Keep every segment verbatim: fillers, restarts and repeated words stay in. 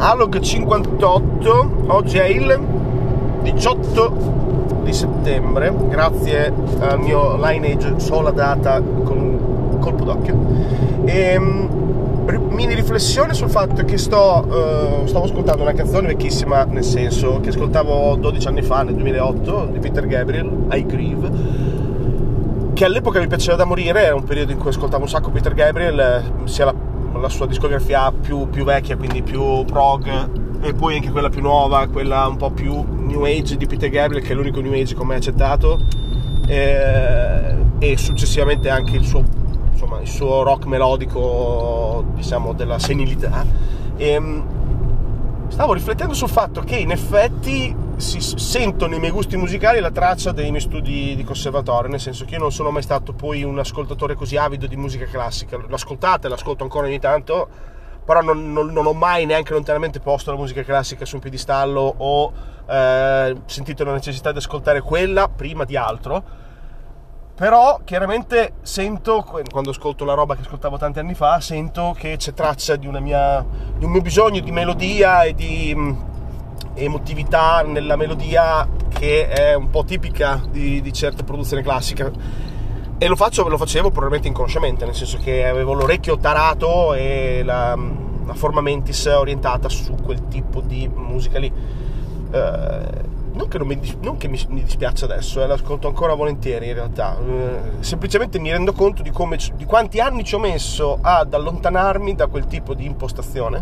Alog cinquantotto, oggi è il diciotto di settembre, grazie al mio Lineage sola data con un colpo d'occhio. E, mini riflessione sul fatto che sto uh, stavo ascoltando una canzone vecchissima, nel senso che ascoltavo dodici anni fa, nel duemilaotto, di Peter Gabriel, I Grieve, che all'epoca mi piaceva da morire. Era un periodo in cui ascoltavo un sacco Peter Gabriel, sia la, la sua discografia più, più vecchia, quindi più prog, e poi anche quella più nuova, quella un po' più new age di Peter Gabriel, che è l'unico new age come accettato, e, e successivamente anche il suo, insomma, il suo rock melodico, diciamo, della senilità. E stavo riflettendo sul fatto che in effetti si sento nei miei gusti musicali la traccia dei miei studi di conservatorio, nel senso che io non sono mai stato poi un ascoltatore così avido di musica classica. L'ascoltate, l'ascolto ancora ogni tanto, però non, non, non ho mai neanche lontanamente posto la musica classica su un piedistallo o eh, sentito la necessità di ascoltare quella prima di altro. Però chiaramente sento, quando ascolto la roba che ascoltavo tanti anni fa, sento che c'è traccia di una mia, di un mio bisogno di melodia e di mh, emotività nella melodia, che è un po' tipica di, di certe produzioni classiche, e lo faccio, lo facevo probabilmente inconsciamente, nel senso che avevo l'orecchio tarato e la, la forma mentis orientata su quel tipo di musica lì. Eh, non che, non mi, non che mi, mi dispiace adesso, eh, l'ascolto ancora volentieri in realtà, eh, semplicemente mi rendo conto di come, di quanti anni ci ho messo ad allontanarmi da quel tipo di impostazione,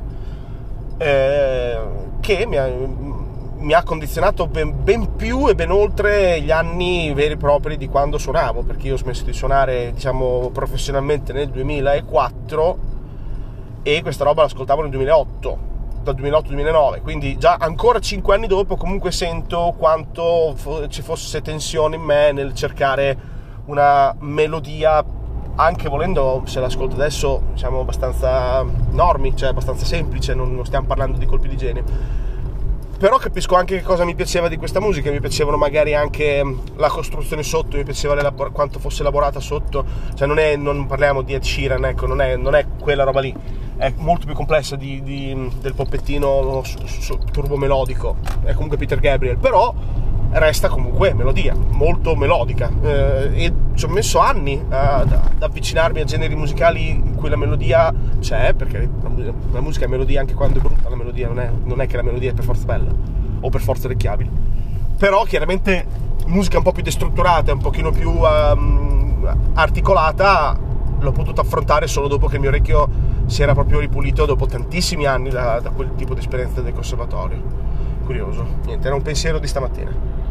eh, che mi ha, mi ha condizionato ben, ben più e ben oltre gli anni veri e propri di quando suonavo, perché io ho smesso di suonare, diciamo, professionalmente nel duemilaquattro, e questa roba l'ascoltavo nel duemilaotto, dal duemilaotto duemilanove, quindi già ancora cinque anni dopo comunque sento quanto fo- ci fosse tensione in me nel cercare una melodia, anche volendo, se l'ascolto adesso, diciamo abbastanza normi, cioè abbastanza semplice, non, non stiamo parlando di colpi di genio. Però capisco anche che cosa mi piaceva di questa musica. Mi piacevano magari anche la costruzione sotto, mi piaceva l'elabor- quanto fosse elaborata sotto, cioè non, è, non parliamo di Ed Sheeran, ecco, non è, non è quella roba lì, è molto più complessa di, di, del poppettino su, su, turbo melodico, è comunque Peter Gabriel, però resta comunque melodia, molto melodica, eh, e ci ho messo anni ad, ad avvicinarmi a generi musicali in cui la melodia c'è, perché la, la musica è melodia anche quando è brutta, la melodia non è, non è che la melodia è per forza bella o per forza orecchiabile. Però chiaramente musica un po' più destrutturata, un pochino più um, articolata, l'ho potuto affrontare solo dopo che il mio orecchio si era proprio ripulito, dopo tantissimi anni da, da quel tipo di esperienza del conservatorio. Curioso, niente, era un pensiero di stamattina.